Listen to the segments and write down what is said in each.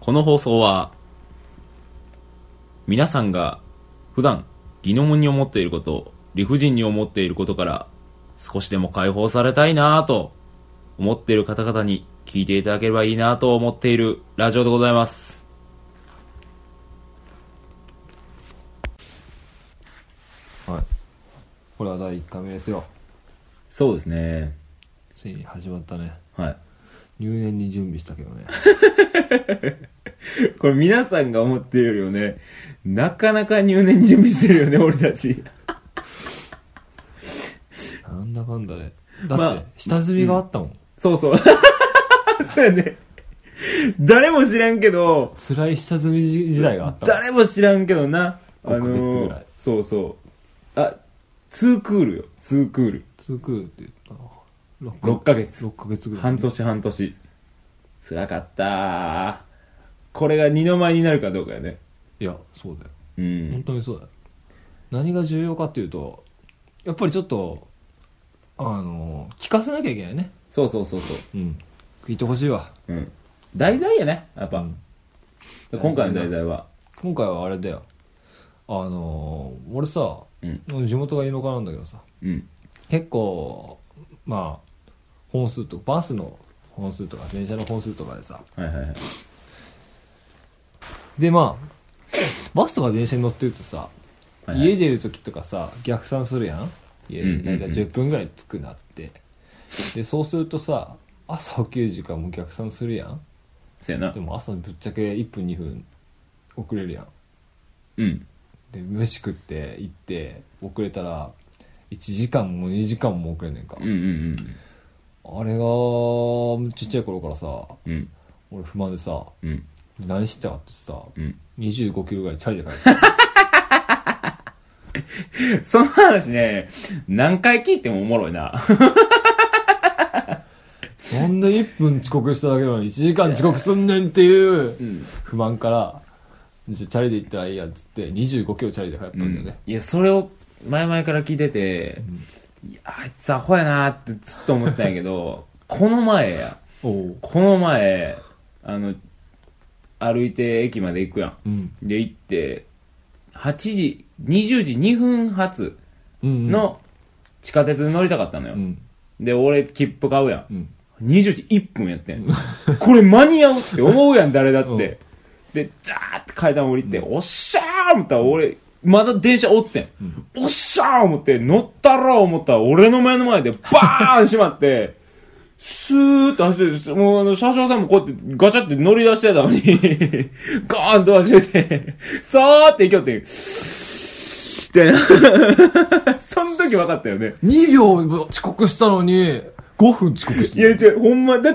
この放送は皆さんが普段疑問に思っていること、理不尽に思っていることから少しでも解放されたいなぁと思っている方々に聞いていただければいいなと思っているラジオでございます。 はい、これは第1回目ですよ。 そうですね。 ついに始まったね。 はい。 入念に準備したけどね。 これ皆さんが思っているよりもね、なかなか入念に準備してるよね、俺たち。 なんだかんだね。だって下積みがあったもん。 そうそう。そうやね。誰も知らんけど、 辛い下積み時代があったもん。 誰も知らんけどな。 5ヶ月ぐらい。 そうそう。あ、2クールよ。2クール。 2クールって言ったな。 6ヶ月。 6ヶ月ぐらい、 ね。半年。辛かったー。これが二の舞になるかどうかよね。 いや、そうだよ。 うん。 本当にそうだよ。何が重要かっていうと、やっぱりちょっと、聞かせなきゃいけないね。 そう。うん。 聞いてほしいわ。 うん。題材やね、やっぱ。うん、今回の題材は。 今回はあれだよ。俺さ、地元が田舎なんだけどさ、結構、まあ、本数とか、バスの本数とか、電車の本数とかでさ、で、まあ、バスとか電車に乗ってるとさ、家出る時とかさ、逆算するやん。家でだいたい10分ぐらい着くなって。で、そうするとさ、朝起きる時間も逆算するやん。 そうやな。 でも朝ぶっちゃけ1分2分遅れるやん。 うん。 で、飯食って行って遅れたら1時間も2時間も遅れんねんか。あれがちっちゃい頃からさ、俺不満でさ、何してたかってさ、25キロぐらいチャリで帰ってその話ね、何回聞いてもおもろいな。 なんで1分遅刻しただけなのに1時間遅刻すんねんっていう不満から、チャリで行ったらいいやっつって25キロチャリで帰ったんだよね。 いや、それを前々から聞いてて、いや、あいつアホやなってずっと思ったんやけど、この前、歩いて駅まで行くやん。で、行って、20時2分発の地下鉄に乗りたかったのよ。で、俺、切符買うやん。20時1分やってん。これ間に合うって思うやん、誰だって。で、ジャーって階段降りて、おっしゃー思ったら俺、まだ電車おってん。おっしゃー思って、乗ったら思ったら俺の目の前でバーン閉まって、スーッと走って、もう車掌さんもこうやってガチャって乗り出してたのに、ガーンと走って、さーって行きよってん。ってな。その時分かったよね。 2秒遅刻したのに、5分遅刻してる。いや、ほんま、だって、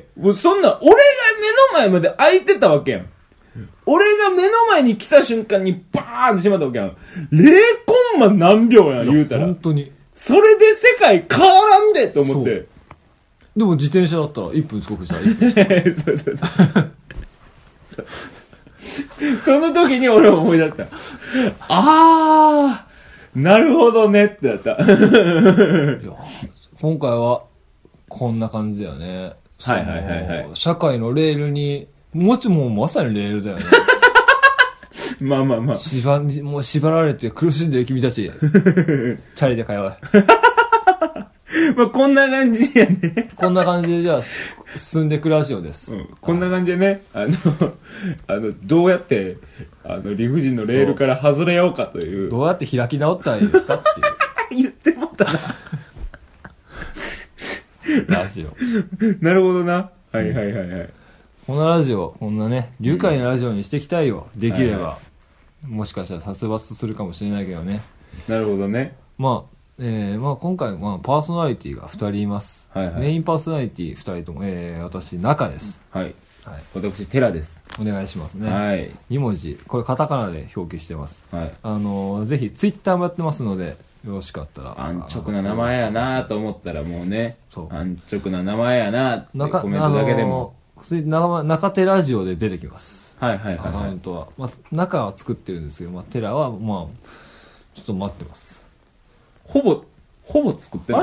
もうそんな、俺が目の前まで開いてたわけやん。俺が目の前に来た瞬間にバーンってしまったわけやん。0コンマ何秒やん、言うたら。 本当に。 それで世界変わらんでと思って。 でも自転車だったら1分遅刻したら1分遅刻。 そう。その時に俺思い出した。なるほどねってなった。いや、今回はこんな感じだよね。社会のレールに、もうまさにレールだよね。 まあ。 もう縛られて苦しんでる君たち。チャリで通う。 まあこんな感じやね。 こんな感じでじゃあ進んでいくラジオです。 こんな感じでね、どうやって理不尽のレールから外れようかという。 どうやって開き直ったらいいですかっていう。 言ってもったな。 ラジオ。 なるほどな。はい。 このラジオ、こんなね、愉快なラジオにしていきたいよ。できれば。もしかしたら殺伐するかもしれないけどね。 なるほどね。 まあ今回、パーソナリティが2人います。メインパーソナリティ2人とも、私、中です。 私、テラです。 お願いしますね。2文字。これ、カタカナで表記してます。ぜひ、ツイッターもやってますので、よろしかったら。 安直な名前やなと思ったらもうね、安直な名前やなってコメントだけでも。 中手ラジオで出てきます。 アカウントは。中は作ってるんですけど、テラは、ちょっと待ってます。 ほぼ作ってない。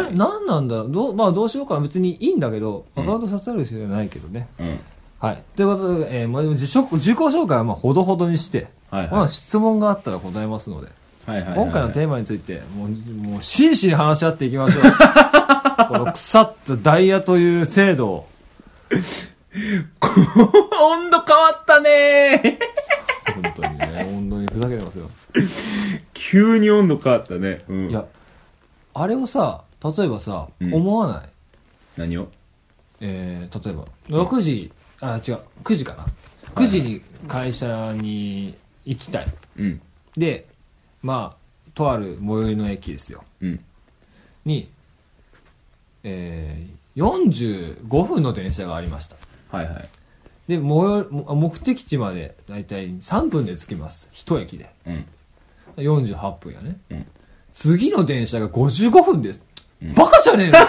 あれ何なんだどうしようかな。別にいいんだけど、アカウントさせる必要はないけどね。 はい。ということで、自己紹介はほどほどにして、はいはい、質問があったら答えますので、はいはいはいはい、今回のテーマについて、もう真摯に話し合っていきましょう。この腐ったダイヤという制度を。 温度変わったね本当にね、温度にふざけてますよ。 急に温度変わったね。うん、 いや、あれをさ、例えばさ、思わない？ 何を？ 例えば、6時、違う、9時かな。9時に会社に行きたい。うん、で、とある最寄りの駅ですよ。うん、に、45分の電車がありました。はいはい。で、目的地までだいたい3分で着きます。一駅で。うん、48分やね。うん、次の電車が55分です。うん、バカじゃねえの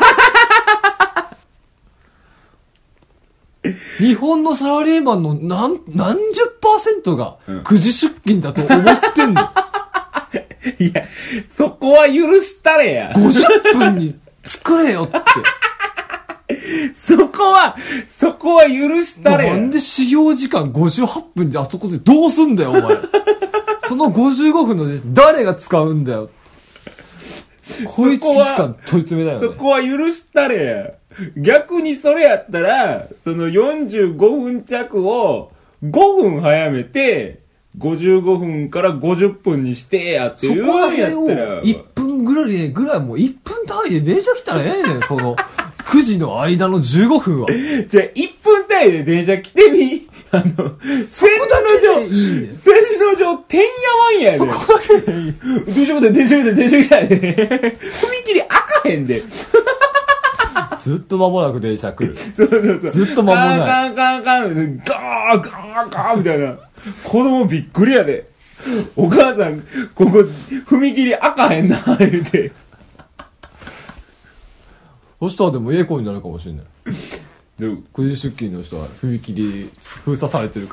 日本のサラリーマンの何十%が9時出勤だと思ってんの、 いや、そこは許したれや。 50分に作れよって。 そこは許したれや。 なんで始業時間58分であそこでどうすんだよ、お前。その55分の誰が使うんだよ。小1時間取り詰めだよね。 そこは許したれや。逆にそれやったら、その45分着を5分早めて、55分から50分にしてやっていうのやったら。 1分ぐらいもう1分単位で電車来たらええねん、その9時の間の15分は。 じゃあ1分単位で電車来てみ。 そこだけでいいね。 線路上、てんやわんやで。 そこだけでいい。 どうしようか、電車来た踏切開かへんで。 ずっと間もなく電車来る。 そう。 ずっと間もない。 ガーみたいな。子供びっくりやで。お母さん、ここ、踏切開かへんな、言うて。 そしたらでもエコになるかもしれない。9時出勤の人は踏切封鎖されてるから。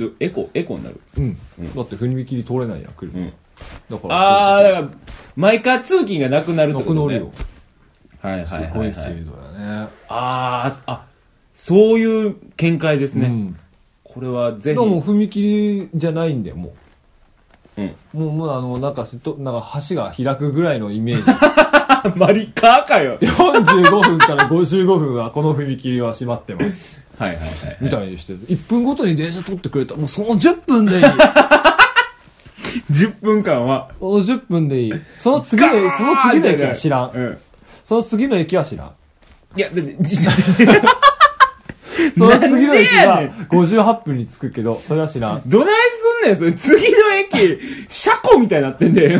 エコになる。 うん。だって踏切通れないやん、来る。うん。 だから。だから、毎回通勤がなくなるってことね。 なくなるよ。はいはいはい、はい。すごい制度やね。 そういう見解ですね。うん、これはぜひ。 でも踏切じゃないんだよ、もう。うん。もうなんか橋が開くぐらいのイメージ。 マリカーかよ。 45分から55分はこの踏切は閉まってます。 はい。 みたいにして、1分ごとに電車取ってくれたら、もうその10分でいい。 10分間は。 その10分でいい。その次の駅は知らん。うん。その次の駅は知らん。 いや、だって、 その次の駅が58分に着くけど、それは知らん。 どないすんねん、それ。次の駅、車庫みたいになってんだよ。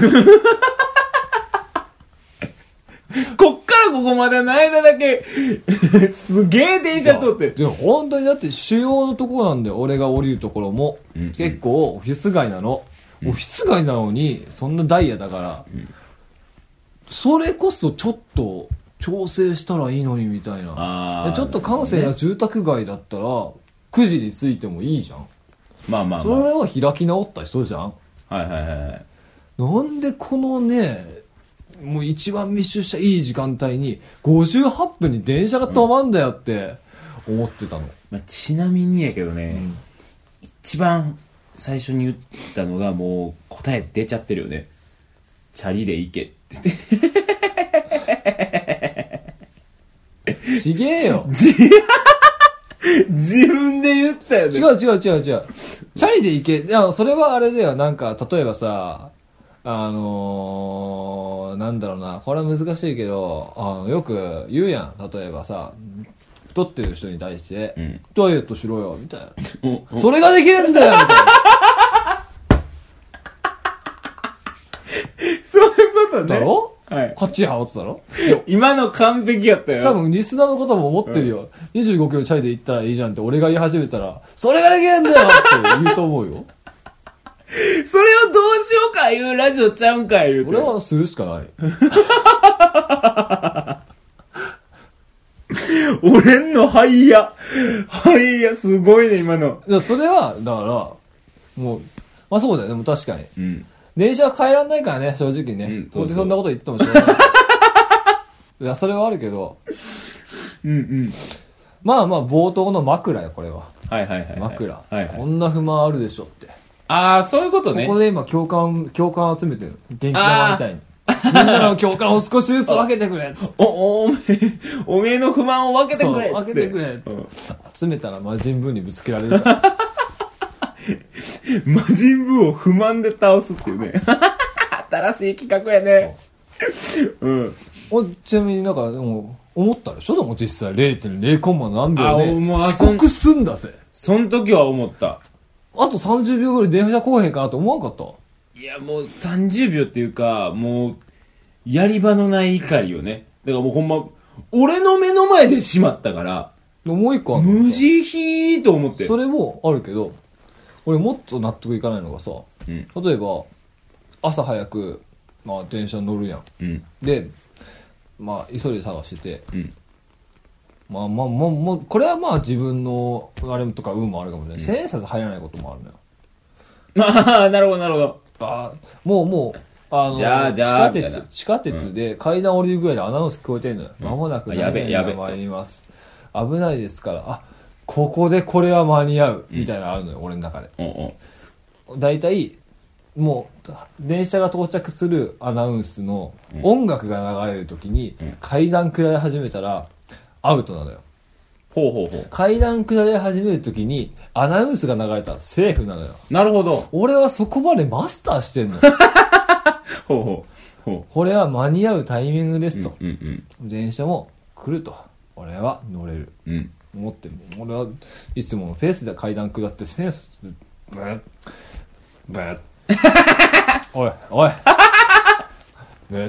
こっからここまでの間だけ、すげえ電車通ってる。 でも本当にだって主要のところなんだよ。俺が降りるところも。結構オフィス街なの。オフィス街なのに、そんなダイヤだから、それこそちょっと調整したらいいのにみたいな。ちょっと閑静な住宅街だったら、9時に着いてもいいじゃん。 まあ。 それは開き直った人じゃん。 はい。 なんでこのね、もう一番密集したいい時間帯に58分に電車が止まんだよって思ってたの。 ちなみにやけどね、一番最初に言ったのがもう答え出ちゃってるよね。チャリで行けってちげえよ。 自分で言ったよね。 違う。チャリで行け。いや、それはあれだよ。なんか、例えばさ、なんだろうな。これは難しいけど、よく言うやん。例えばさ、太ってる人に対して、ダイエットしろよ、みたいな。それができるんだよ、みたいな。 そういうことね。 だろ？はい。こっち羽織ってたろ？ 今の完璧やったよ。 多分リスナーの方も思ってるよ。25キロチャリで行ったらいいじゃんって俺が言い始めたら、それができるんだよって言うと思うよ。 それをどうしようかいうラジオちゃうんか言うて。 俺はするしかない。 俺んのハイヤすごいね今の。 じゃそれはだからもうまあそうだよ。でも確かに。電車は変えらんないからね、正直ね。そんなこと言ってもしょうがない。いや、それはあるけど。 まあまあ冒頭の枕よこれは。 はいはいはい、はい。 枕、 はいはい。 こんな不満あるでしょって。 ああ、そういうことね。 ここで今共感集めてる。元気玉みたいに。みんなの共感を少しずつ分けてくれっつって。 おめえの不満を分けてくれっつって。 分けてくれって、集めたら魔人ブーにぶつけられるから。 魔人ブーを不満で倒すっていうね。新しい企画やね。 うん。ちなみになんか、でも、思ったでしょでも実際 0.0 コンマ何秒で遅刻すんだぜ。 その時は思った。 あと30秒ぐらい電車来へんかなと思わんかった？ いや、もう30秒っていうか、もう、やり場のない怒りよね。だからもうほんま、俺の目の前でしまったから、 もう一個あるの無慈悲と思って。 それもあるけど、俺もっと納得いかないのがさ、うん、例えば、朝早く、まあ電車乗るやん。うん、で、まあ急いで探してて、うん、まあもう、これはまあ自分の、あれとか運もあるかもね。千円札入らないこともあるのよ。 ああ、なるほどなるほど。 もう、地下鉄で階段降りるぐらいでアナウンス聞こえてるのよ。間もなくやべやべ参ります。危ないですから、ここでこれは間に合う、みたいなのあるのよ、俺の中で。だいたい、もう、電車が到着するアナウンスの音楽が流れるときに、階段下り始めたら、アウトなのよ。 ほうほうほう。 階段下り始めるときに、アナウンスが流れたらセーフなのよ。 なるほど。 俺はそこまでマスターしてんの。 ほうほうほう。 これは間に合うタイミングですと。電車も来ると。俺は乗れる。思ってる。俺はいつものペースで階段下ってセンス、ブッおいブッ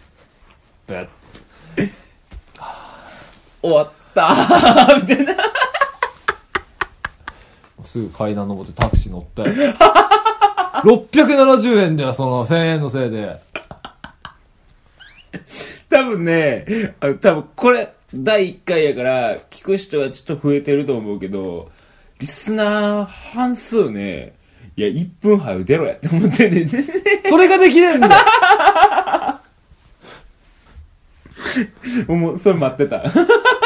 終わったーみたいな。 すぐ階段登ってタクシー乗ったよ。670円だよ、その1000円のせいで。 多分ね、これ、第1回やから、聞く人はちょっと増えてると思うけど、リスナー半数ね、いや、1分早出ろやって思ってんねんね。 それができねえんだよ。 もう、それ待ってた。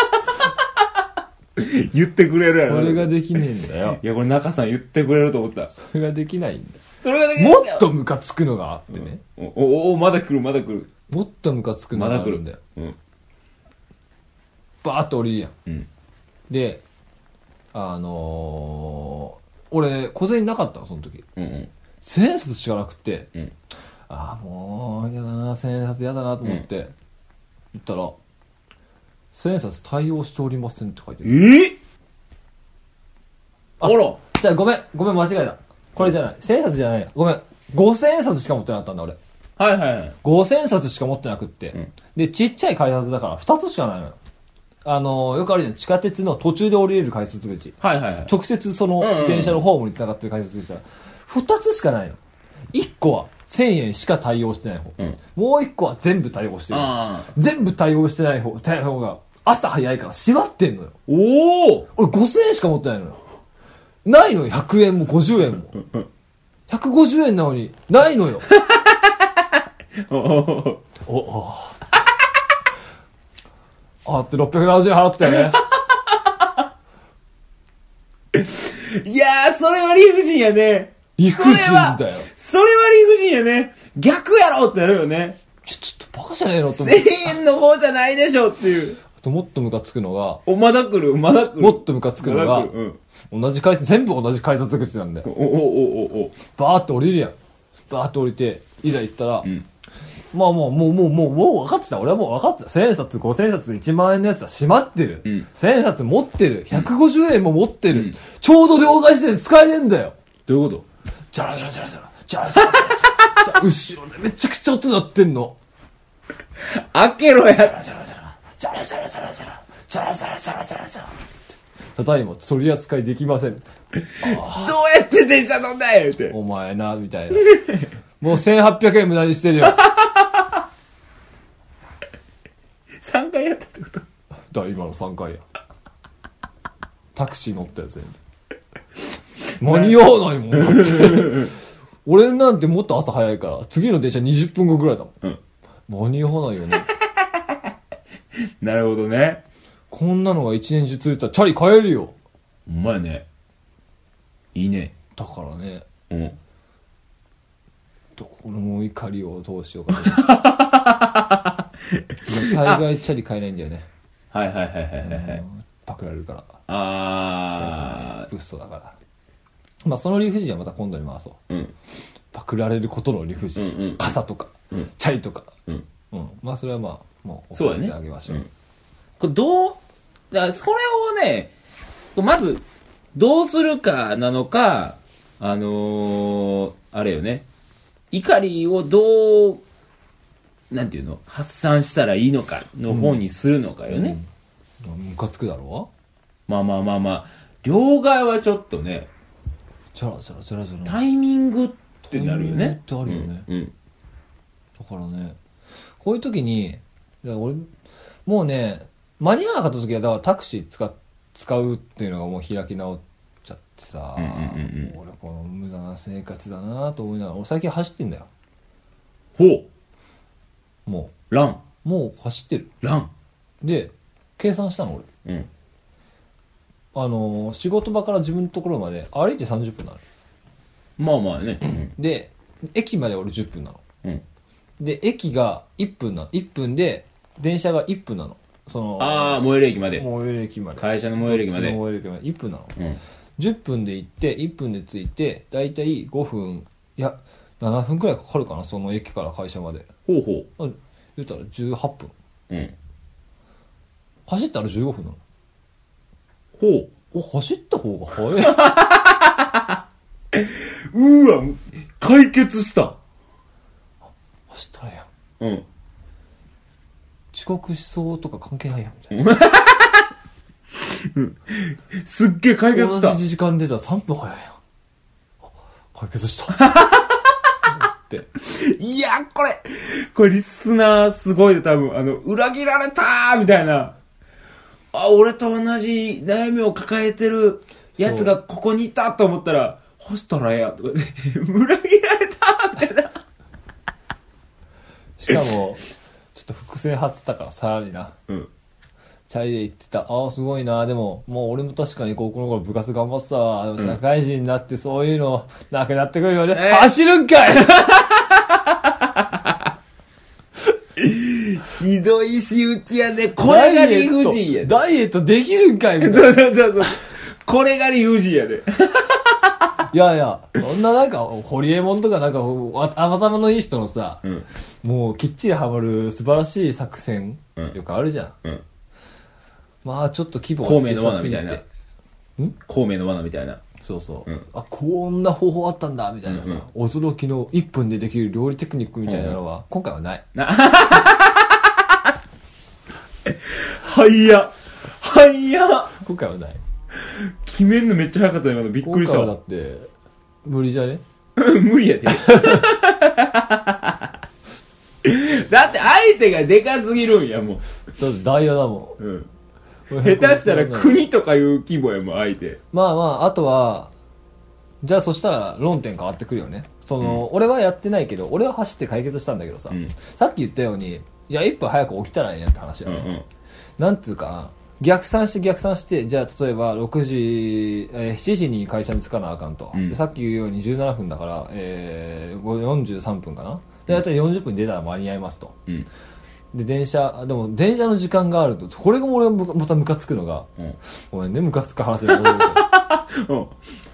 言ってくれるやろ。 それができねえんだよ。 いや、これ中さん言ってくれると思った。 それができないんだよ。 それができないんだよ。 もっとムカつくのがあってね。 まだ来る。 もっとムカつくのがあるんだよ。バーッと降りるやん。で、俺、小銭なかったの、その時。1000円札しかなくて、もう、やだな、1000円札やだなと思って、言ったら、1000円札対応しておりませんって書いてる。 あら。 じゃあごめん、間違えた。これじゃない。1000円札じゃないよ。ごめん。5000円札しか持ってなかったんだ、俺。 はいはいはい。 5000円札しか持ってなくって。で、ちっちゃい改札だから2つしかないのよ。よくあるじゃん。地下鉄の途中で降りれる改札口。 はいはいはい。 直接その電車のホームに繋がってる改札口だから、2つしかないの。1個は1000円しか対応してない方。もう1個は全部対応してる。全部対応してない方が朝早いから閉まってんのよ。俺5000円しか持ってないのよ。ないのよ、100円も50円も。150円なのに、ないのよ。って670円払ったよね。 いやー、それは理不尽やね。 理不尽だよ。 それは理不尽やね。逆やろってなるよね。 ちょっとバカじゃねえのって思って。 1000円の方じゃないでしょっていう。 あともっとムカつくのが。 まだ来る。 もっとムカつくのが。全部同じ改札口なんだよ。バーって降りるやん。バーって降りて、いざ行ったら、まあもう分かってた。俺はもう分かってた。1000円札、5000円札、1万円のやつは閉まってる。1000円札持ってる。150円も持ってる。ちょうど両替して使えねえんだよ。 どういうこと？ ジャラ。後ろでめちゃくちゃ音鳴ってんの。 開けろや。 ジャラ。ただいま取り扱いできません。どうやって電車乗んだよって。 お前な、みたいな。もう1800円無駄にしてるよ。 3回やったってこと？ 今の3回や。タクシー乗ったやつやん。間に合わないもん、だって。俺なんてもっと朝早いから、次の電車20分後ぐらいだもん。間に合わないよね。 なるほどね。 こんなのが一年中続いたらチャリ買えるよ。 ほんまやね。いいね。 だからね。 うん。 この怒りをどうしようかな。大概チャリ買えないんだよね。 はいはいはいはいはい。 パクられるから。 ブストだから。まあその理不尽はまた今度に回そう。うん。パクられることの理不尽。うんうん、傘とか、うん、チャリとか。うん。うん。まあそれはまあ、もう抑えてあげましょう。 これだからそれをね、まず、どうするかなのか、あれよね。怒りをどう、なんていうの発散したらいいのかの方にするのかよね。 ムカつくだろ。 まあ。両替はちょっとね。 チャラ。 タイミングってなるよね。 タイミングってあるよね。うん。だからね、こういう時に、俺、もうね、間に合わなかった時は、だからタクシー使うっていうのがもう開き直っちゃってさ、俺この無駄な生活だなと思いながら、俺最近走ってんだよ。 ほう。 もう走ってる。 ランで、計算したの俺。うん。仕事場から自分のところまで歩いて30分なの。 まあね。 で、駅まで俺10分なの。うん。で、駅が1分1分で、電車が1分なの。最寄り駅まで。 最寄り駅まで。 会社の最寄り駅まで。 最寄り駅まで。1分なの。うん。10分で行って、1分で着いて、だいたい5分、いや、7分くらいかかるかな、その駅から会社まで。 ほう。 言ったら18分。 うん。 走ったら15分なの。 ほう。走った方が早い。 わ、解決した。 走ったらやん。うん。 遅刻しそうとか関係ないやん、みたいな。 すっげえ解決した。 同じ時間出たら3分早いやん。解決した。 いや、これリスナーすごいで、多分、裏切られたーみたいな。俺と同じ悩みを抱えてるやつがここにいたと思ったら、干したらええやとか、裏切られたーみたいな。 しかも、ちょっと伏線張ってたからさらにな。うん。チャリで行ってた。すごいな。でも、もう俺も確かに高校の頃部活頑張ってたわ。でも社会人になってそういうのなくなってくるよね。走るんかいひどい仕打ちやね。これが理不尽やで。 ダイエットできるんかいみたいな。 そう。これが理不尽やで。 いや、そんななんか、ホリエモンとかなんか、頭のいい人のさ、もうきっちりハマる素晴らしい作戦力あるじゃん。まあちょっと規模が小さすぎて。 孔明の罠みたいな。 そうそう。こんな方法あったんだみたいなさ、驚きの1分でできる料理テクニックみたいなのは、今回はない。 早っ今回はない。 決めんのめっちゃ早かったね。びっくりした。 今回はだって、無理じゃね無理やで。だって相手がでかすぎるんや、もう。 だってダイヤだもん。 下手したら国とかいう規模やもん、相手。 まあ、あとは、じゃあそしたら論点変わってくるよね。俺はやってないけど、俺は走って解決したんだけどさ、さっき言ったように、いや、1分早く起きたらええやんって話だよね。なんていうかな、逆算して、じゃあ例えば7時に会社に着かなあかんと。でさっき言うように17分だから、43分かな。で、だいたい40分に出たら間に合いますと。で、電車の時間があると、これが俺がまたムカつくのが、ごめんね、ムカつく話だけど、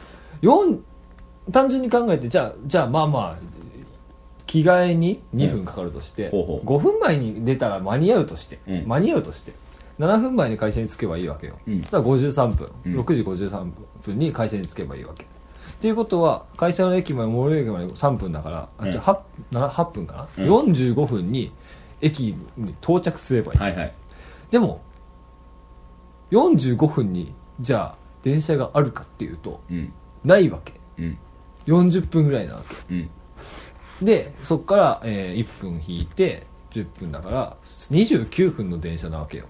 単純に考えて、じゃあまあ、着替えに2分かかるとして、5分前に出たら間に合うとして、7分前に会社に着けばいいわけよ。そしたら53分、6時53分に会社に着けばいいわけ。っていうことは、会社の駅まで、最寄り駅まで3分だから、8分かな、45分に駅に到着すればいい。でも、45分に、じゃあ、電車があるかっていうと、ないわけ。40分ぐらいなわけ。で、そっから、1分引いて、10分だから、29分の電車なわけよ。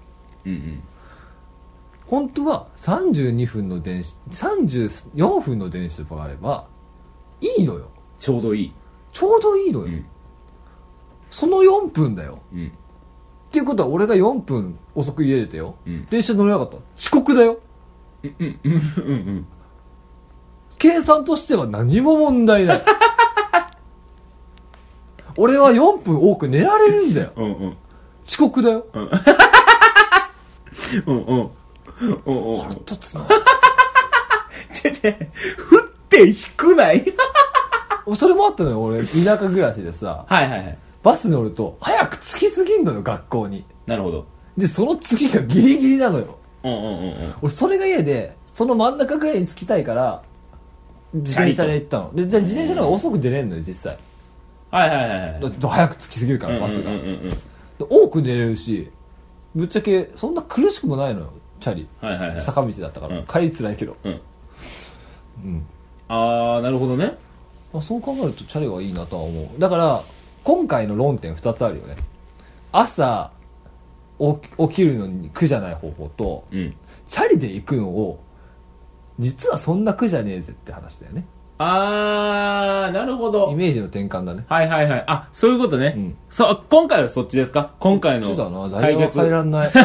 本当は32分の電車、34分の電車があれば、いいのよ。 ちょうどいいのよ。その4分だよ。 っていうことは俺が4分遅く家出てよ、 うん、 電車乗れなかった。遅刻だよ。計算としては何も問題ない。俺は4分多く寝られるんだよ。 うんうん、 遅刻だよ。 うんうんうん腹立つな。 降って低ないそれもあったのよ。俺田舎暮らしでさ、 はいはいはい、 バス乗ると早く着きすぎんのよ、学校に。 なるほど。 でその次がギリギリなのよ。 俺それが嫌で、その真ん中ぐらいに着きたいから自転車で行ったの。で自転車の方が遅く出れんのよ実際。 はいはいはいはい。 早く着きすぎるからバスが、多く出れるし、ぶっちゃけそんな苦しくもないのよチャリ、 はいはいはい、 坂道だったから、帰りつらいけど、 ああなるほどね。 そう考えるとチャリはいいなとは思う。だから今回の論点2つあるよね。朝起きるのに苦じゃない方法と、チャリで行くのを実はそんな苦じゃねえぜって話だよね。 あーなるほど、 イメージの転換だね。 はいはいはい、あそういうことね、今回はそっちですか。今回のそっちだな、誰も変えらんない。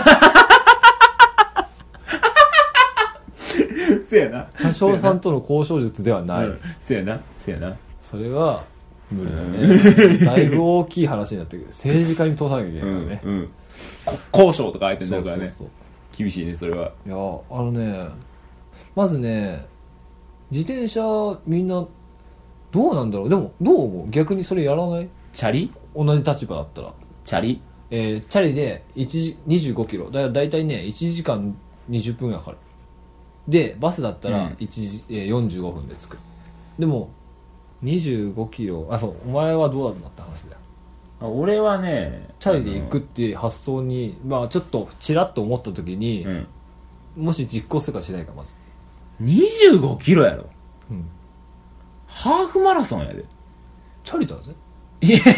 せやな、 多少さんとの交渉術ではない、 せやなせやな、 それは無理だね。だいぶ大きい話になってくる。政治家に通さなきゃいけないからね、 交渉とか相手になるからね。 そう厳しいねそれは。 いやまずね、自転車みんなどうなんだろう。でもどう思う？逆にそれやらない？ チャリ？ 同じ立場だったらチャリ？ チャリで25キロだいたいね1時間20分ぐらいかかる。でバスだったら45分で着く。でも25キロ、そうお前はどうだった話だよ。 俺はねチャリで行くっていう発想にちょっとチラッと思った時に、もし実行するかしないか。まず 25キロやろ、ハーフマラソンやで。 チャリだぜ。 いや違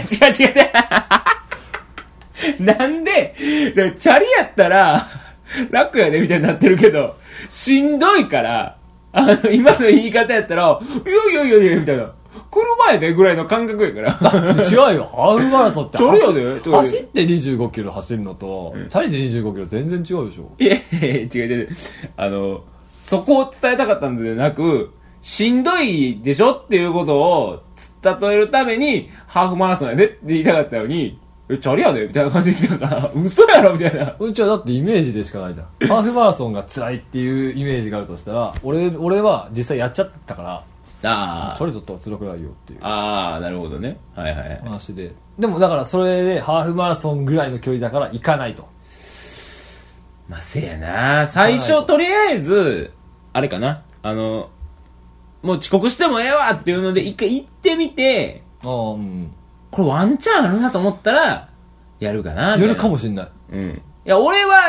うなんでチャリやったら楽やでみたいになってるけど、しんどいから今の言い方やったらいやみたいな、車やでぐらいの感覚やから違うよ、ハーフマラソンって走って25キロ走るのと、チャリで25キロ全然違うでしょ。 いや違うそこを伝えたかったんではなく、しんどいでしょっていうことを例えるためにハーフマラソンやでって言いたかったのに、チャリやでみたいな感じで来たから嘘やろみたいな。 うちはだってイメージでしかないじゃん。ハーフマラソンが辛いっていうイメージがあるとしたら、俺は実際やっちゃったから、チャリだったら辛くないよっていう。 なるほどね。はいはいはい。 話で。でもだからそれでハーフマラソンぐらいの距離だから行かないと。 せやな。最初とりあえずあれかな、もう遅刻してもええわっていうので一回行ってみて、これワンチャンあるなと思ったらやるかな。 やるかもしんない。 いや俺は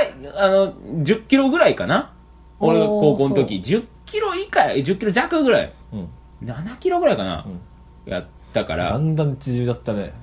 10キロぐらいかな。俺が高校の時10キロ以下、10キロ弱ぐらい、7キロぐらいかな、やったから。 だんだん縮みだったね。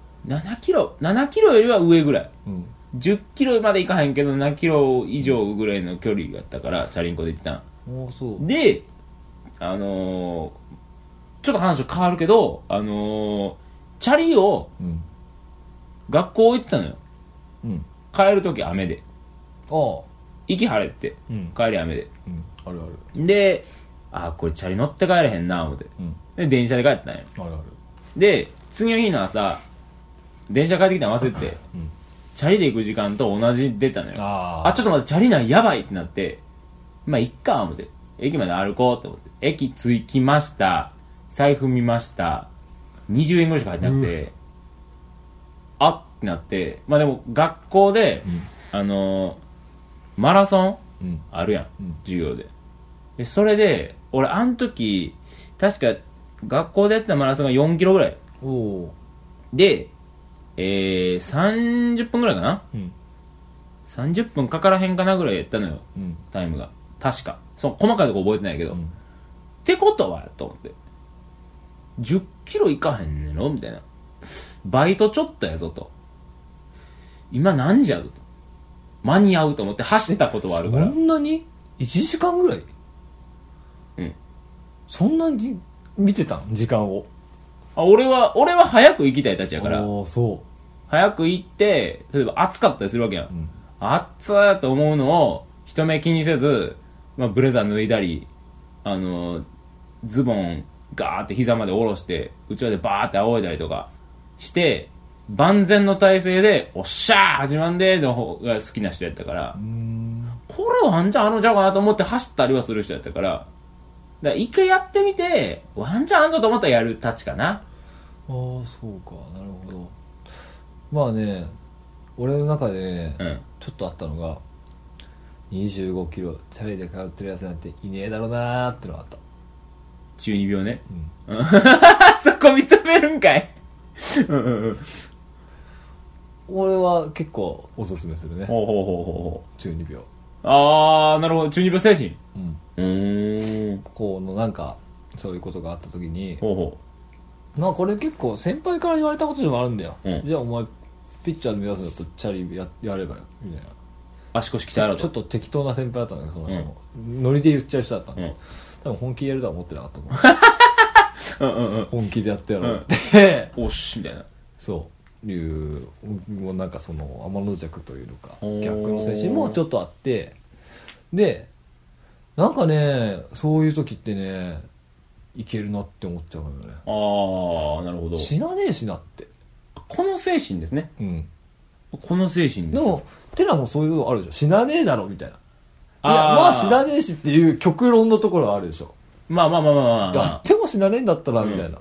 7キロよりは上ぐらい、10キロまでいかへんけど7キロ以上ぐらいの距離だったから、チャリンコで行ったん。 そうでちょっと話変わるけどチャリを、学校置いてたのよ、帰る時雨で、行き晴れて、帰り雨で、 あるある。 でこれチャリ乗って帰れへんな思って、で電車で帰ったんよ。 あるある。 で次の日の朝電車帰ってきたの忘れて、チャリで行く時間と同じ出たのよ。ちょっと待って、チャリなんやばいってなって、いっか思って、駅まで歩こうって思って、駅着きました、財布見ました、20円ぐらいしか入ってなくて、ってなって、でも学校で、マラソン、あるやん、授業で。それで俺あの時確か学校でやってたマラソンが4キロぐらいで、30分ぐらいかな、30分かからへんかなぐらいやったのよ、タイムが確か。細かいとこ覚えてないけど、ってことはと思って、10キロいかへんねんのみたいな、バイトちょっとやぞと、今何時やぞと、間に合うと思って走ってたことはあるから。 そんなに1時間ぐらい、そんなに見てたん時間を。 俺は早く行きたいたちやから。 早く行って、例えば暑かったりするわけやん。暑ーと思うのを、人目気にせず、まあ、ブレザー脱いだり、ズボンガーって膝まで下ろして、うちわでバーって仰いだりとかして、万全の体勢で、おっしゃー始まんでーの方が好きな人やったから、これワンチャンあのちゃうかなと思って走ったりはする人やったから、だから一回やってみて、ワンチャンあんぞと思ったらやるたちかな。ああ、そうか、なるほど。まあね、俺の中でね、ちょっとあったのが、25キロチャリで通ってるやつなんていねえだろうなーってのがあった。 中二病ね。そこ認めるんかい。 俺は結構おすすめするね。 ほうほうほうほう。中二病。 あー、なるほど。中二病精神。 こうのなんか、そういうことがあった時に、 ほうほう。まあこれ結構先輩から言われたことでもあるんだよ。じゃあお前、ピッチャーで目指すんだったらチャリやればよ、みたいな。 足腰鍛えろと。 ちょっと適当な先輩だったんだけど、その人も。ノリで言っちゃう人だったんだけど、多分本気でやるとは思ってなかったと思う。本気でやってやろうって。 おっし、みたいな。 そういうもうなんかその天の弱というのか逆の精神もちょっとあって、でなんかねそういう時ってねいけるなって思っちゃうのよね。 ああ、なるほど。 死なねえしなって。 この精神ですね。この精神でもテラもそういうことあるでしょ。死なねえだろみたいな。いやまあ死なねえしっていう極論のところはあるでしょ。 まあまあまあまあまあ、 やっても死なねえんだったらみたいな。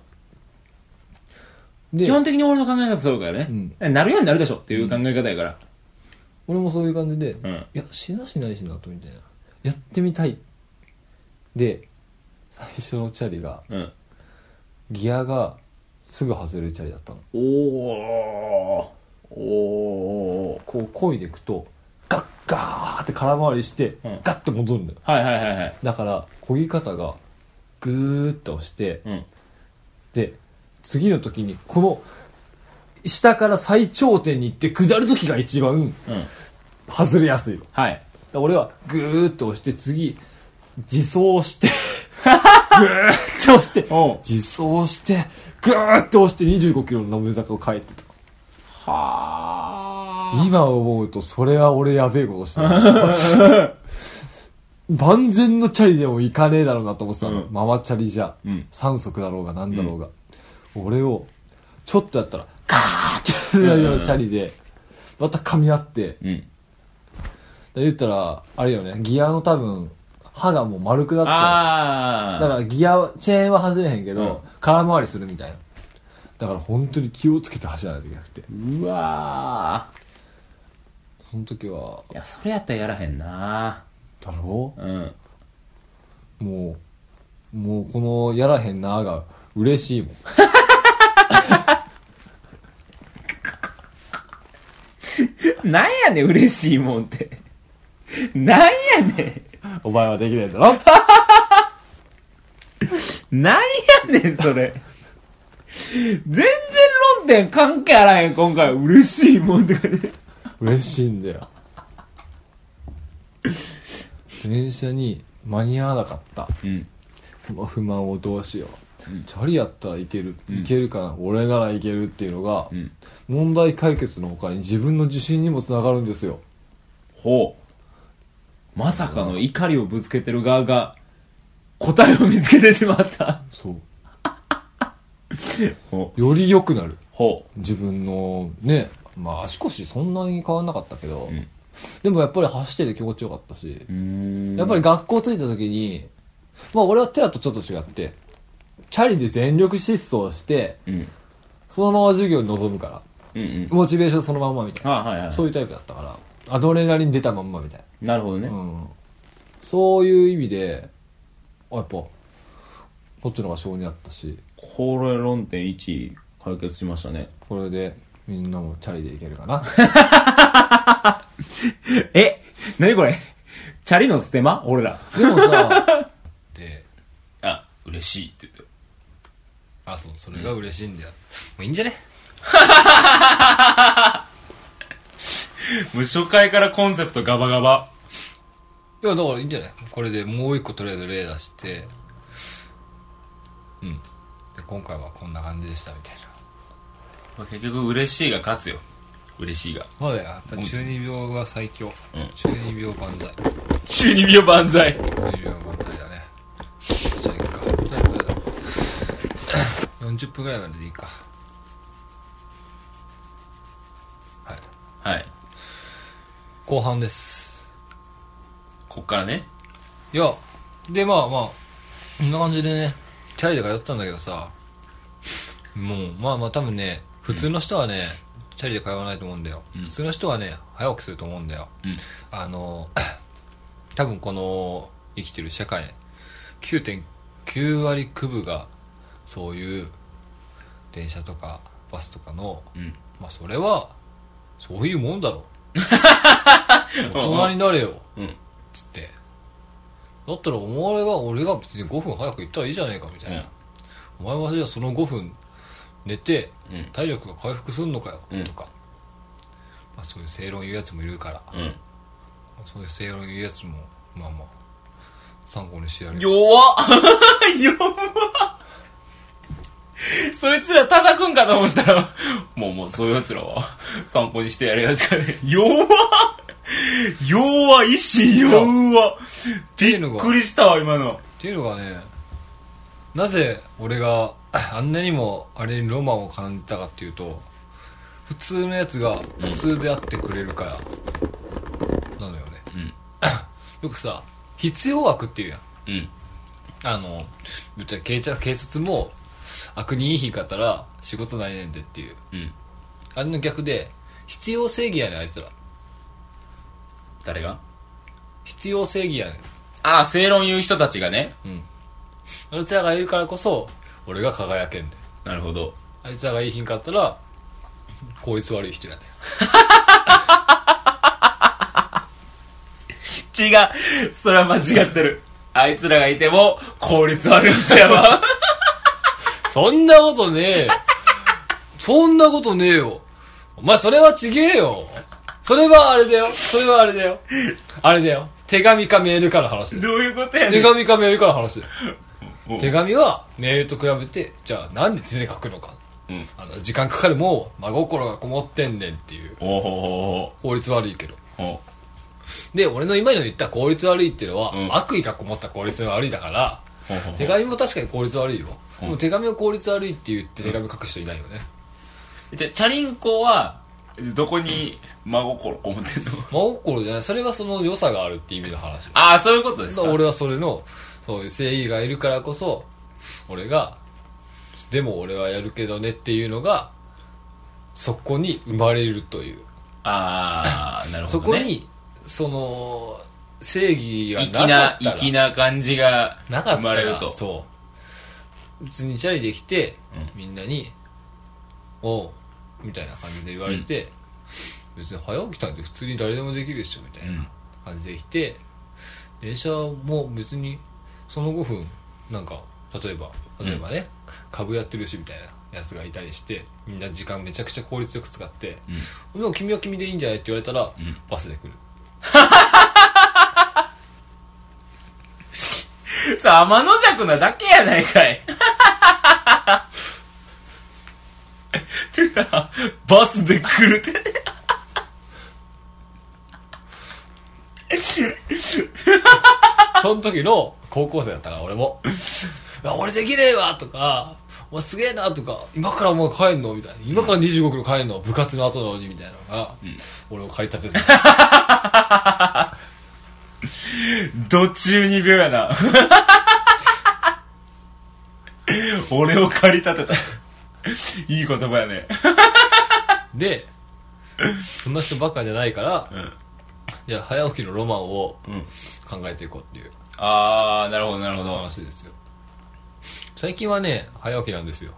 基本的に俺の考え方そうからね、なるようになるでしょっていう考え方やから、 俺もそういう感じで、いや死なしないしなとみたいな、やってみたいで最初のチャリが、ギアがすぐ外れるチャリだったの。おお、こう漕いでいくとガッガーって空回りして、ガッて戻るんだよ。 はいはいはいはい。 だから漕ぎ方がグーッと押して、で次の時にこの下から最頂点に行って下る時が一番外れやすいの。 はい。 俺はグーッと押して次自走してグーッと押して自走してグーッと押して25キロの上坂を帰ってた。はあ。今思うとそれは俺やべえことしたな。万全のチャリでも行かねえだろうなと思ってたの、ママチャリじゃ、3速だろうがなんだろうが、俺をちょっとやったらガーってなるようなチャリでまた噛み合って、言ったらあれよね、ギアの多分刃がもう丸くなってだからギアチェーンは外れへんけど、空回りするみたいな。だから本当に気をつけて走らないといけなくて、 うわー、その時はいやそれやったらやらへんな。 だろう、もうこのやらへんなーが嬉しいもん。なんやねん嬉しいもんって。なんやねん。お前はできないんだろ。 なんやねんそれ。全然論点関係あらへん。今回嬉しいもんってかね。 嬉しいんだよ。電車に間に合わなかった、不満をどうしよう、チャリやったらいける、いけるかな、俺ならいけるっていうのが、問題解決の他に自分の自信にもつながるんですよ。 ほう。まさかの怒りをぶつけてる側が答えを見つけてしまった。 そうより良くなる。 ほう。自分のね、まあ足腰そんなに変わんなかったけど、でもやっぱり走ってて気持ちよかったし、やっぱり学校着いた時に、まあ俺はテラとちょっと違って、チャリで全力疾走して、そのまま授業に臨むから、モチベーションそのまんまみたいな、そういうタイプだったから、アドレナリン出たまんまみたいな。なるほどね。 そういう意味で、やっぱ、こっちの方が性にあったし。 これ論点1解決しましたね。 これで、みんなもチャリでいけるかな。 何これチャリのステマ俺ら。 でもさ、 で、嬉しいって言って。 そう、それが嬉しいんだよ。もういいんじゃね。 もう初回からコンセプトガバガバ。 いや、だからいいんじゃない。これでもう一個とりあえず例出して、で今回はこんな感じでしたみたいな。 結局嬉しいが勝つよ。 嬉しいが。 まだやっぱ中二病が最強、中二病万歳。 中二病万歳。 中二病万歳だね。じゃあいいか、とりあえず40分ぐらいまででいいか。 はい。 後半です。 こっからね。 いや、でまあこんな感じでね、チャリで通ったんだけどさ、もうまあ多分ね、普通の人はね、チャリで通わないと思うんだよ、普通の人はね早起きすると思うんだよ、多分この生きてる社会 9.9 割9分がそういう電車とかバスとかの、まあそれはそういうもんだろ大人になれよ、つってだったら俺が別に5分早く行ったらいいじゃねえかみたいな、お前はじゃあその5分寝て体力が回復すんのかよ、とか、まあ、そういう正論言うやつもいるから、そういう正論言うやつもまあ参考にしてやる。 弱っ弱っそいつら叩くんかと思ったらもうそういうやつらは参考にしてやるやつからね。弱っ一心弱っびっくりしたわ今の。 っていうのがね、なぜ俺があんなにもあれにロマンを感じたかっていうと、普通のやつが普通であってくれるからなのよね、よくさ必要悪っていうやん、ぶっちゃけ警察も悪人いい日買ったら仕事ないねんでっていう、あれの逆で必要正義やねんあいつら。 誰が？ 必要正義やねん。 ああ正論言う人たちがね、 あいつらがいるからこそ俺が輝けんで。 なるほど。 あいつらがいい日買ったら効率悪い人やねん違う、それは間違ってる。あいつらがいても効率悪い人やわそんなことねえそんなことねえよ。お前それはちげえよ。それはあれだよ。あれだよ。手紙かメールかの話だよ。 どういうことやねん。 手紙かメールかの話だよ。手紙はメールと比べて、じゃあなんで手で書くのか、時間かかるも真心がこもってんねんっていう。効率悪いけど。で俺の今の言った効率悪いっていうのは、悪意がこもった効率悪いだから、手紙も確かに効率悪いよ。でも手紙を効率悪いって言って手紙書く人いないよね。 じゃあチャリンコはどこに真心こもってんの？ 真心じゃない、それはその良さがあるっていう意味の話。 ああそういうことですか。 俺はそれのそういう正義がいるからこそ俺がでも俺はやるけどねっていうのがそこに生まれるという。 ああなるほどね。 そこにその正義がなかったら粋な感じが生まれると。 そう別にチャリで来て、みんなにおうみたいな感じで言われて、別に早起きたんで普通に誰でもできるでしょみたいな感じで来て、電車も別にその5分なんか例えばね、株やってるしみたいなやつがいたりして、みんな時間めちゃくちゃ効率よく使って、でも君は君でいいんじゃないって言われたら、バスで来るさあ天の弱なだけやないかいてかバスで来るってその時の高校生だったから俺も俺できねえわとかお前すげえなとか今からもう帰んのみたいな、今から25キロ帰んの部活の後なのにみたいなのが、俺を駆り立ててたど中二病やな俺を駆り立てたいい言葉やねでそんな人ばっかじゃないから、じゃあ早起きのロマンを考えていこうっていう、 ああなるほどなるほど話ですよ。最近はね早起きなんですよ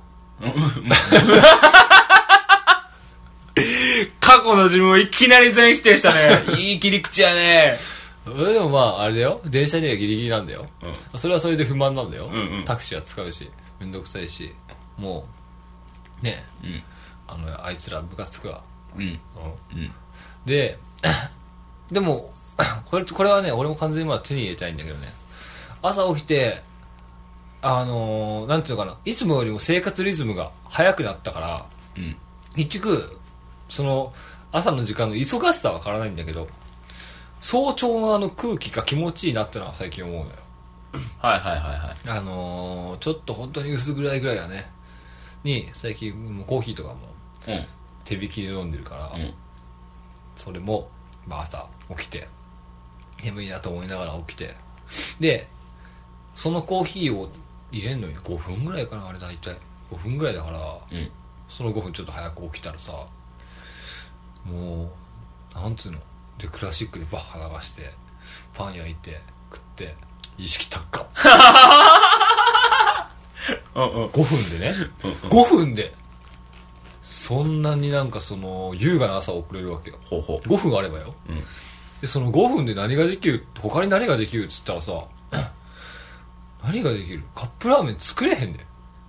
過去の自分をいきなり全否定したねいい切り口やね。 でもまああれだよ、電車にはギリギリなんだよ、それはそれで不満なんだよ、タクシーは使うしめんどくさいしもうね、あいつら部活つくわ、でもこれはね俺も完全にまだ手に入れたいんだけどね、朝起きてなんていうのかな、いつもよりも生活リズムが速くなったから、結局その朝の時間の忙しさはわからないんだけど、早朝の空気が気持ちいいなってのは最近思うのよ。 はいはいはいはい。 ちょっと本当に薄暗いぐらいだね。に、最近もうコーヒーとかも、手引きで飲んでるから、それも、朝起きて、眠いなと思いながら起きて、で、そのコーヒーを入れるのに5分ぐらいかな、あれ大体。5分ぐらいだから、その5分ちょっと早く起きたらさ、もう、なんつうの。で、クラシックでバッハ流して、パン焼いて、食って、意識高っ。5分でね。5分で。そんなになんか優雅な朝を送れるわけよ。5分あればよ。で、その5分で何ができる、他に何ができるっつったらさ、何ができる？カップラーメン作れへんで。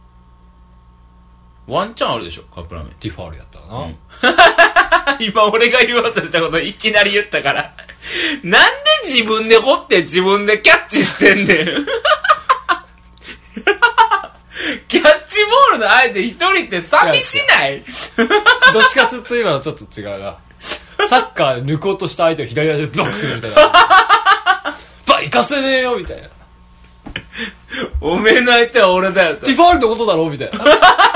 ワンチャンあるでしょ、カップラーメン。 ティファールやったらな。 今俺が言おうとしたこといきなり言ったから。なんで自分で掘って自分でキャッチしてんねん。キャッチボールの相手一人って寂しない？ どっちかつっと今のちょっと違うな。サッカー抜こうとした相手を左足でブロックするみたいな。行かせねえよみたいな。 おめえの相手は俺だよと。 ティファールのことだろみたいな。そんな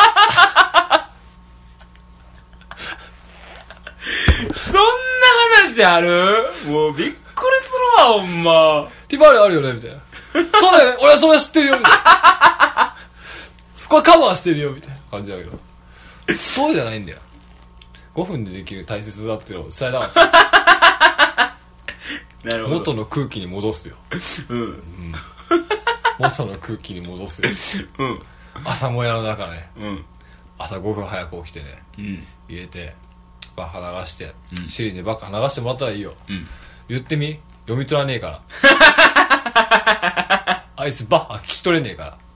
話ある？もうびっくりするわ、ほんま。 ティファールあるよねみたいな。そうだよね、俺はそれは知ってるよみたいな。そこはカバーしてるよみたいな感じだけど。そうじゃないんだよ。5分でできる大切だっていうのを伝えたかった。 なるほど。 元の空気に戻すよ。元の空気に戻すよ。朝もやの中ね。朝5分早く起きてね。入れて、バッハ流して、シリにバッハ流してもらったらいいよ。言ってみ？読み取らねえから。あいつバッハ聞き取れねえから。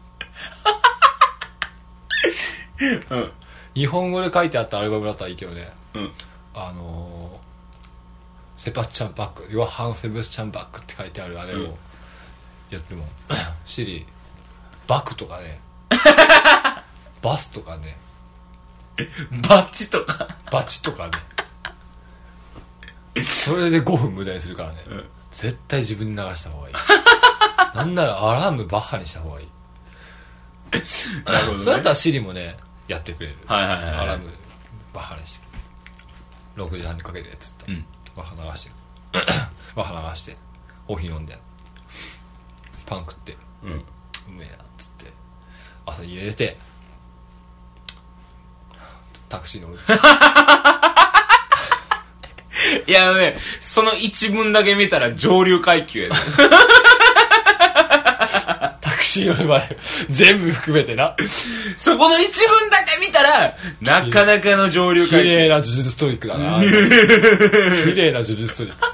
日本語で書いてあったアルバムだったらいいけどね。セバスチャン・バック、ヨハン・セバスチャン・バックって書いてあるあれをやっても、シリ、バクとかね、バスとかね、 バッチとかね、それで5分無駄にするからね、絶対自分に流した方がいい。なんならアラームバッハにした方がいい。なるほどね。そうやったらシリもね、やってくれる。アラームバッハにして。6時半にかけてっつったら、バッハ流してバッハ流してコーヒー飲んでパン食って、うめえなっつって朝入れてタクシー乗る。 いやね、その一文だけ見たら上流階級やで。 タクシー乗るまで全部含めてな。 そこの一文だけ見たらなかなかの上流階級。 綺麗な呪術トリックだな。綺麗な呪術トリック。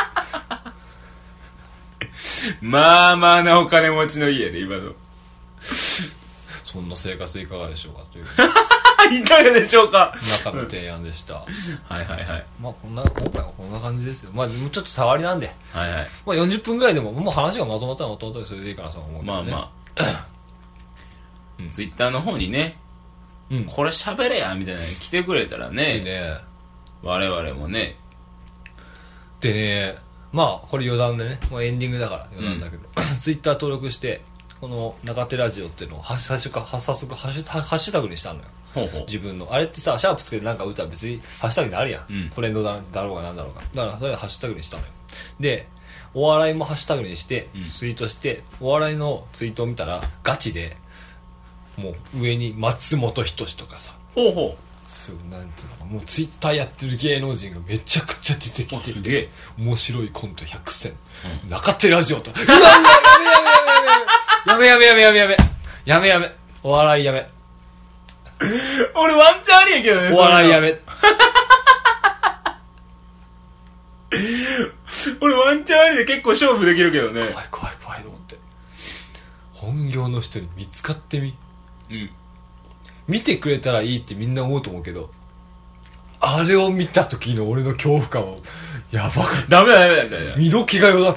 まあまあなお金持ちの家で今の。 そんな生活いかがでしょうかという。 いかがでしょうか。 中の提案でした。 はいはいはい。 まあ今回はこんな感じですよ。まあもうちょっと触りなんで。 はいはい。 まあ40分ぐらいでももう話がまとまったらまとまったらそれでいいかなと思うけどね。 まあツイッターの方にね、これ喋れやみたいなの来てくれたらね。いいね。我々もね。でね、まあこれ余談でね、もうエンディングだから余談だけど、ツイッター登録してこの中手ラジオっていうのを最初から早速ハッシュタグにしたのよ。自分のあれってさ、シャープつけてなんか打ったら別にハッシュタグになるやん、トレンドだろうがなんだろうが。だからそれでハッシュタグにしたのよ。でお笑いもハッシュタグにしてツイートして、お笑いのツイートを見たらガチでもう上に松本人志とかさ、そうなんていうのか、もうツイッターやってる芸能人がめちゃくちゃ出てきて、すげえ面白いコント100選、中手ラジオと、やめお笑いやめ。 俺ワンチャンありやけどね。 お笑いやめ。 俺ワンチャンありで結構勝負できるけどね。 怖いと思って。本業の人に見つかってみ。見てくれたらいいってみんな思うと思うけど、あれを見た時の俺の恐怖感はやばかった。ダメだ。見時がよだった。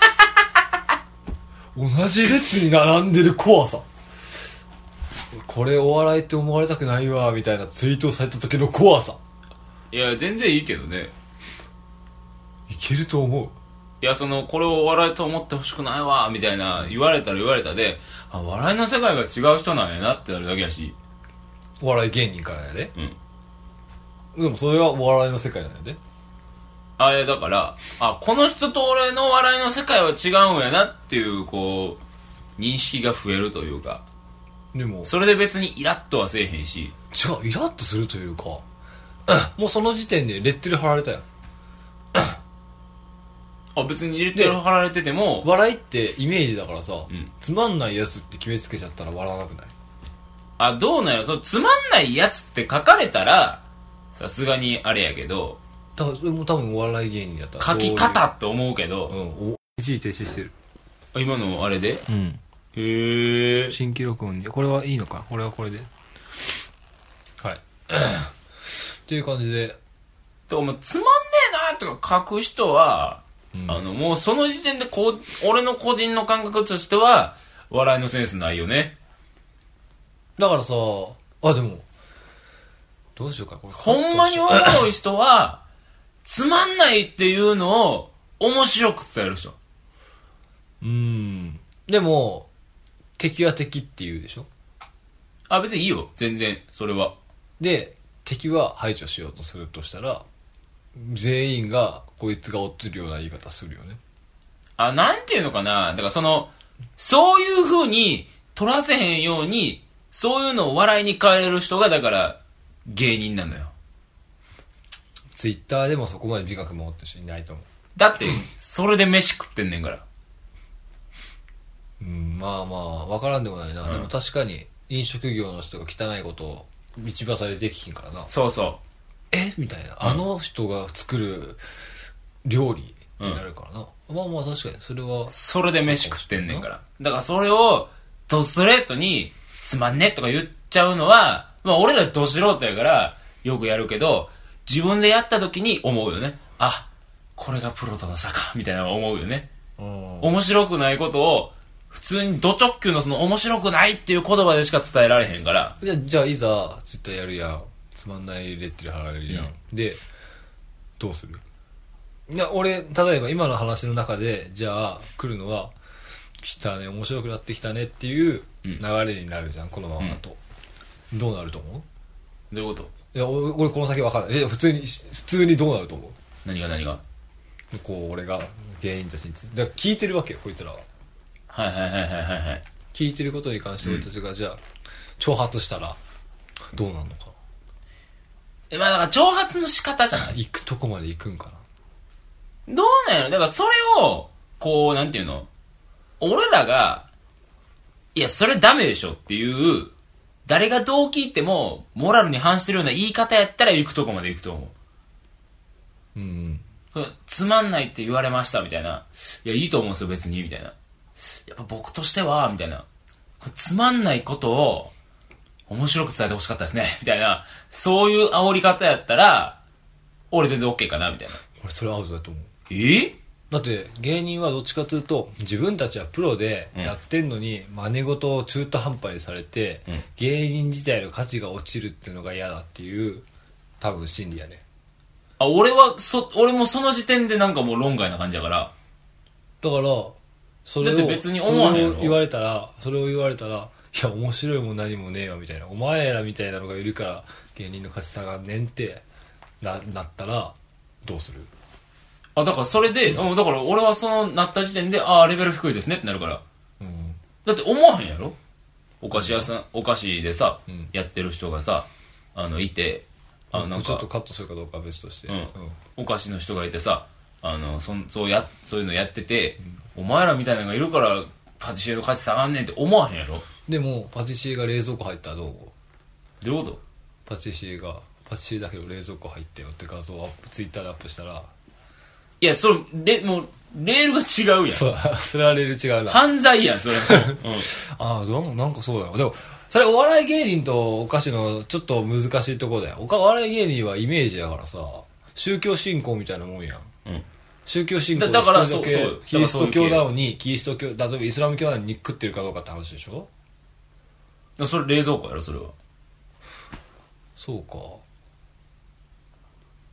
同じ列に並んでる怖さ。これお笑いって思われたくないわみたいなツイートをされた時の怖さ。 いや全然いいけどね。 いけると思う。 いやこれをお笑いと思ってほしくないわみたいな言われたら言われたで、あ、笑いの世界が違う人なんやなってなるだけやし。 お笑い芸人からやで。 うん。 でもそれはお笑いの世界なんやで。 あ、いやだから、あ、この人と俺の笑いの世界は違うんやなっていうこう認識が増えるというか。 でもそれで別にイラッとはせえへんし。 違う、イラッとするというか、もうその時点でレッテル貼られたよ。 あ、別にレッテル貼られてても笑いってイメージだからさ、 うん、 つまんないやつって決めつけちゃったら笑わなくない？ あ、どうなんやろ。つまんないやつって書かれたらさすがにあれやけど、 それも多分お笑い芸人やったら書き方って思うけど、 一時停止してる。 今のあれで、 うん、 へえ。 新規録音にこれはいいのか、これはこれではいっていう感じで、 ともうつまんねえなとか書く人は、うん、もうその時点で俺の個人の感覚としては笑いのセンスないよね。 だからさ、あ、でもどうしようか、これほんまにおもろい人はつまんないっていうのを面白く伝える人。 でも敵は敵って言うでしょ。 あ、別にいいよ全然それは。 で敵は排除しようとするとしたら全員がこいつが追ってるような言い方するよね。 あ、なんていうのかな、だからそういう風に取らせへんようにそういうのを笑いに変えれる人がだから芸人なのよ。 ツイッターでもそこまで美学持ってる人いないと思う。 だってそれで飯食ってんねんから。 まあまあ分からんでもないな、でも確かに飲食業の人が汚いことを道端でできひんからな。 そうそう。 みたいな、あの人が作る料理ってなるからな、まあまあ確かにそれはそれで飯食ってんねんから。だからそれをドストレートにつまんねとか言っちゃうのは、まあ俺らド素人やからよくやるけど、自分でやった時に思うよね。あ、これがプロとの差かみたいなの思うよね。面白くないことを普通にド直球の面白くないっていう言葉でしか伝えられへんから。 じゃあいざツイッターやるやん、つまんないレッテル貼られるやん、でどうする？いや俺例えば今の話の中でじゃあ来るのは来たね、面白くなってきたねっていう流れになるじゃん、このままだと、どうなると思う？ どういうこと？ いや俺この先分かんない。普通にどうなると思う？ 何がこう俺が芸人たちにだから聞いてるわけよ、こいつらは。 はい聞いてることに関して俺たちがじゃあ挑発したらどうなるのかな。まあだから挑発の仕方じゃない？ 行くとこまで行くんかな。どうなんやろ。だからそれをこうなんていうの、俺らがいやそれダメでしょっていう誰がどう聞いてもモラルに反してるような言い方やったら行くとこまで行くと思う。つまんないって言われましたみたいな、いやいいと思うんですよ別にみたいな、やっぱ僕としてはみたいな、つまんないことを面白く伝えてほしかったですねみたいな、そういう煽り方やったら俺全然 OK かなみたいな。 俺それアウトだと思う。 だって芸人はどっちかというと自分たちはプロでやってんのに真似事を中途半端にされて、芸人自体の価値が落ちるっていうのが嫌だっていう多分心理やね。 あ、俺もその時点でなんかもう論外な感じやから。 だからそれをだって別に思わへんやろ。 言われたらいや面白いも何もねえわみたいな、お前らみたいなのがいるから芸人の価値下がんねんってなったらどうする？ あ、だからそれで、だから俺はなった時点で、ああレベル低いですねってなるから、だって思わへんやろ。お菓子屋さん、お菓子でさ、やってる人がさいて、 なんかちょっとカットするかどうかは別として、 お菓子の人がいてさ、そういうのやってて、お前らみたいなのがいるからパティシエの価値下がんねんって思わへんやろ。 でもパティシエが冷蔵庫入ったらどう？ どういうこと？ パティシエだけど冷蔵庫入ってよって画像をツイッターでアップしたら、 いやそれもうレールが違うやん。 それはレール違うな、 犯罪やんそれああなんかそうだよ。でもそれお笑い芸人とお菓子のちょっと難しいところだよ。お笑い芸人はイメージやからさ、宗教信仰みたいなもんやん、宗教信仰だから一人だけキリスト教なのに例えばイスラム教なのに食ってるかどうかって話でしょ。 それ冷蔵庫やろそれは。 そうか。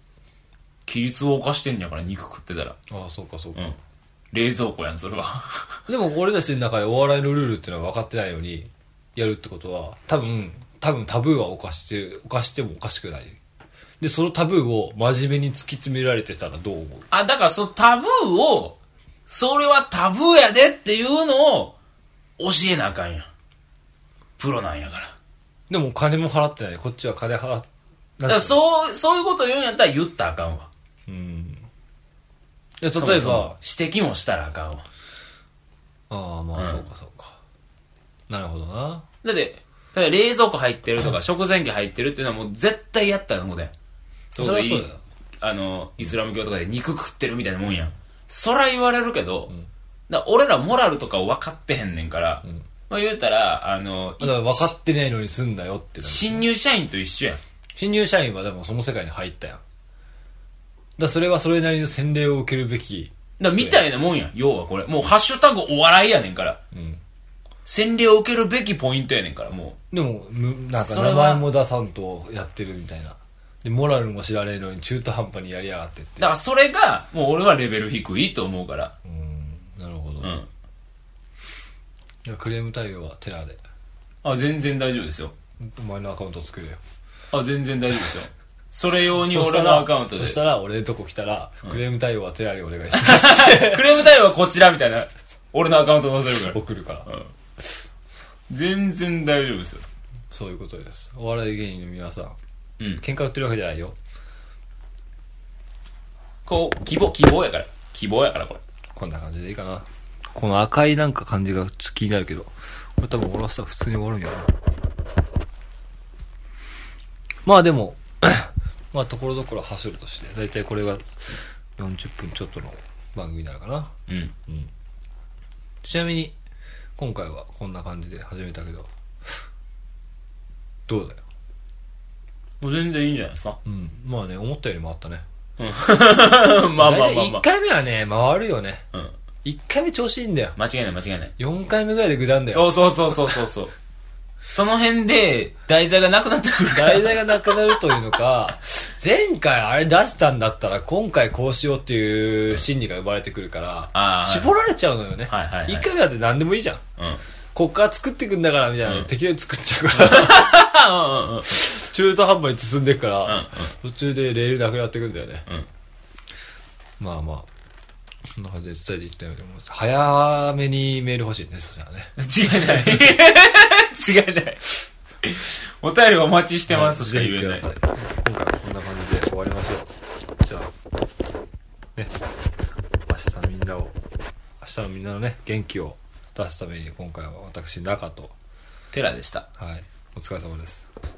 規律を犯してんやから、肉食ってたら。 ああ、そうかそうか。 冷蔵庫やん、それは。 でも俺たちの中でお笑いのルールっていうのは分かってないようにやるってことは、多分タブーは犯してもおかしくない。で、そのタブーを真面目に突き詰められてたらどう思う？ だからそのタブーを、それはタブーやでっていうのを教えなあかんやん。プロなんやから。 でも金も払ってない。こっちは金払って。 だからそういうこと言うんやったら言ったらあかんわ。 例えば指摘もしたらあかんわ。 ああ、まあそうかそうか。なるほどな。 だって冷蔵庫入ってるとか食前機入ってるっていうのはもう絶対やったらもうだよ。 そりゃそうだよ。イスラム教とかで肉食ってるみたいなもんやん。そら言われるけど、だ俺らモラルとかを分かってへんねんから、まあ言うたら、 だから分かってないのにすんだよって。 新入社員と一緒やん。 新入社員はでもその世界に入ったやん。だそれはそれなりの洗礼を受けるべき。 みたいなもんやん。要はこれ。もうハッシュタグお笑いやねんから。洗礼を受けるべきポイントやねんから、もう。でも、なんか名前も出さんとやってるみたいな。で、モラルも知られるのに中途半端にやりやがってって。 だからそれが、もう俺はレベル低いと思うから。 なるほど。いやクレーム対応はテラで。 全然大丈夫ですよ。 お前のアカウント作れよ。 全然大丈夫ですよ。それ用に俺のアカウントで。 そしたら俺のとこ来たら、クレーム対応はテラにお願いしますって。 クレーム対応はこちらみたいな。俺のアカウント載せるから。 送るから。 全然大丈夫ですよ。 そういうことです。お笑い芸人の皆さん。喧嘩売ってるわけじゃないよ。 こう、希望やから。希望やから、これ。 こんな感じでいいかな。この赤いなんか感じが気になるけど。これ多分終わらせたら普通に終わるんやな。まあでも、まあところどころ走るとして、だいたいこれが40分ちょっとの番組になるかな。ちなみに、今回はこんな感じで始めたけど、どうだよ。 もう全然いいんじゃないですか。 まあね、思ったよりもあったね。 まあまあまあ。 1回目はね、回るよね。1回目調子いいんだよ。 間違いない。 4回目ぐらいでグダんだよ。 そう。その辺で題材がなくなってくるから。 題材がなくなるというのか、前回あれ出したんだったら今回こうしようっていう心理が生まれてくるから、絞られちゃうのよね。1回目だって何でもいいじゃん。こっから作っていくんだからみたいな、適当に作っちゃうから。中途半端に進んでいくから、途中でレールなくなっていくんだよね。まあまあ。そんな感じで伝えていきたいと思います。早めにメール欲しいね、そしたらね。 違いない。お便りお待ちしてますしか言えない。 今回はこんな感じで終わりましょう。じゃあ、ね、明日のみんなのね、元気を出すために今回は私、中とテラでした。 はい、お疲れ様です。